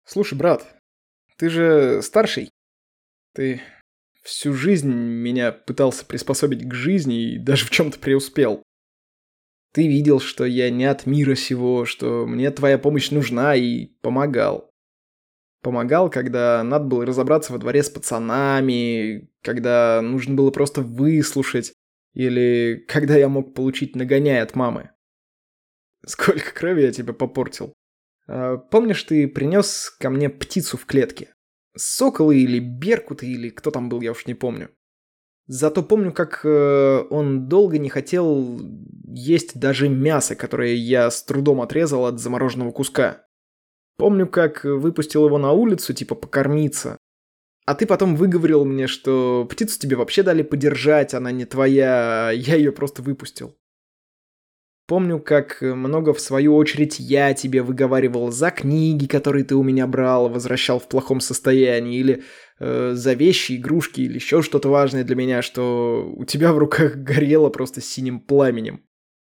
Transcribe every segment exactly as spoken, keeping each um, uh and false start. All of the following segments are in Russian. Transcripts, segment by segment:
Слушай, брат, ты же старший. Ты всю жизнь меня пытался приспособить к жизни и даже в чем-то преуспел. Ты видел, что я не от мира сего, что мне твоя помощь нужна, и помогал. Помогал, когда надо было разобраться во дворе с пацанами, когда нужно было просто выслушать, или когда я мог получить нагоняй от мамы. Сколько крови я тебе попортил. А, помнишь, ты принес ко мне птицу в клетке? Сокола или беркута, или кто там был, я уж не помню. Зато помню, как э, он долго не хотел есть даже мясо, которое я с трудом отрезал от замороженного куска. Помню, как выпустил его на улицу, типа покормиться. А ты потом выговорил мне, что птицу тебе вообще дали подержать, она не твоя, а я ее просто выпустил. Помню, как много в свою очередь я тебе выговаривал за книги, которые ты у меня брал, возвращал в плохом состоянии, или э, за вещи, игрушки, или еще что-то важное для меня, что у тебя в руках горело просто синим пламенем.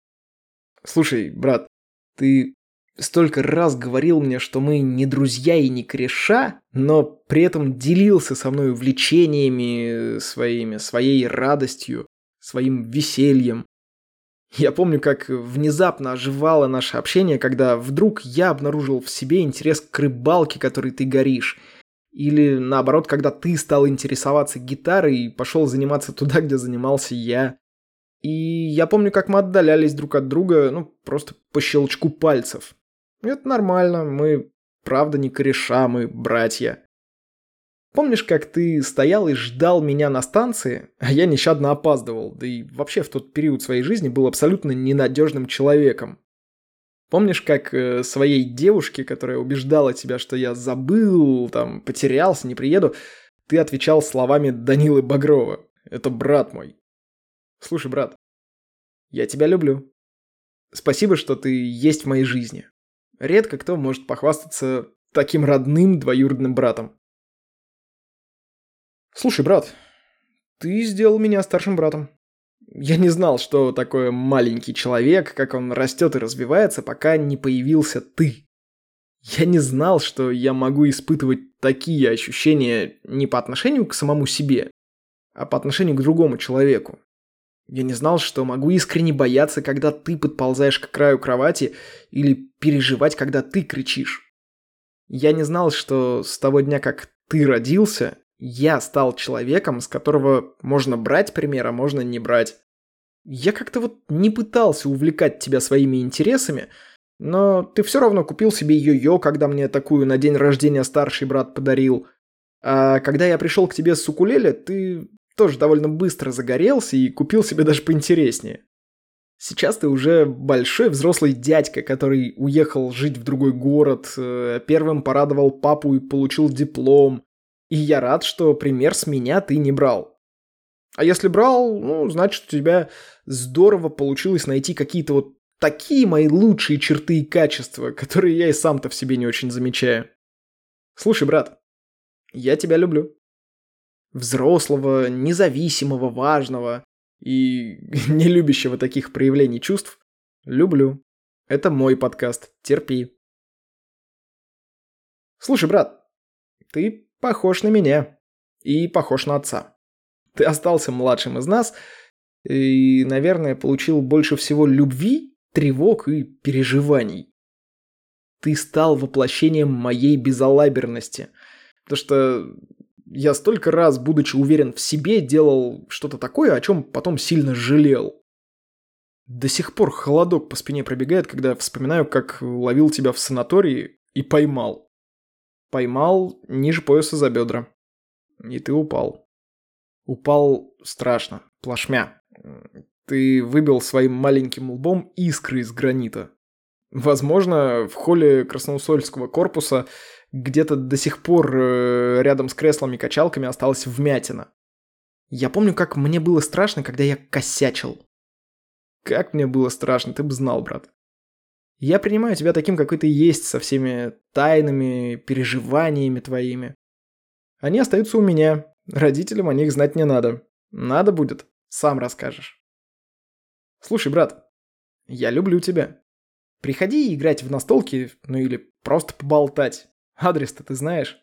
Слушай, брат, ты столько раз говорил мне, что мы не друзья и не кореша, но при этом делился со мной увлечениями своими, своей радостью, своим весельем. Я помню, как внезапно оживало наше общение, когда вдруг я обнаружил в себе интерес к рыбалке, которой ты горишь. Или наоборот, когда ты стал интересоваться гитарой и пошел заниматься туда, где занимался я. И я помню, как мы отдалялись друг от друга, ну, просто по щелчку пальцев. Это нормально, мы правда не кореша, мы братья. Помнишь, как ты стоял и ждал меня на станции, а я нещадно опаздывал, да и вообще в тот период своей жизни был абсолютно ненадежным человеком? Помнишь, как э, своей девушке, которая убеждала тебя, что я забыл, там, потерялся, не приеду, ты отвечал словами Данилы Багрова: «Это брат мой». Слушай, брат, я тебя люблю. Спасибо, что ты есть в моей жизни. Редко кто может похвастаться таким родным двоюродным братом. Слушай, брат, ты сделал меня старшим братом. Я не знал, что такое маленький человек, как он растет и развивается, пока не появился ты. Я не знал, что я могу испытывать такие ощущения не по отношению к самому себе, а по отношению к другому человеку. Я не знал, что могу искренне бояться, когда ты подползаешь к краю кровати, или переживать, когда ты кричишь. Я не знал, что с того дня, как ты родился, я стал человеком, с которого можно брать пример, а можно не брать. Я как-то вот не пытался увлекать тебя своими интересами, но ты все равно купил себе йо-йо, когда мне такую на день рождения старший брат подарил. А когда я пришел к тебе с укулеле, ты тоже довольно быстро загорелся и купил себе даже поинтереснее. Сейчас ты уже большой взрослый дядька, который уехал жить в другой город, первым порадовал папу и получил диплом. И я рад, что пример с меня ты не брал. А если брал, ну, значит, у тебя здорово получилось найти какие-то вот такие мои лучшие черты и качества, которые я и сам-то в себе не очень замечаю. Слушай, брат, я тебя люблю. Взрослого, независимого, важного и не любящего таких проявлений чувств люблю. Это мой подкаст, терпи. Слушай, брат, ты похож на меня и похож на отца. Ты остался младшим из нас и, наверное, получил больше всего любви, тревог и переживаний. Ты стал воплощением моей безалаберности, потому что я столько раз, будучи уверен в себе, делал что-то такое, о чем потом сильно жалел. До сих пор холодок по спине пробегает, когда вспоминаю, как ловил тебя в санатории и поймал. Поймал ниже пояса за бедра. И ты упал. Упал страшно, плашмя. Ты выбил своим маленьким лбом искры из гранита. Возможно, в холле Красноусольского корпуса где-то до сих пор э, рядом с креслами-качалками осталась вмятина. Я помню, как мне было страшно, когда я косячил. Как мне было страшно, ты бы знал, брат. Я принимаю тебя таким, какой ты есть, со всеми тайнами, переживаниями твоими. Они остаются у меня. Родителям о них знать не надо. Надо будет, сам расскажешь. Слушай, брат, я люблю тебя. Приходи играть в настолки, ну или просто поболтать. Адрес-то ты знаешь?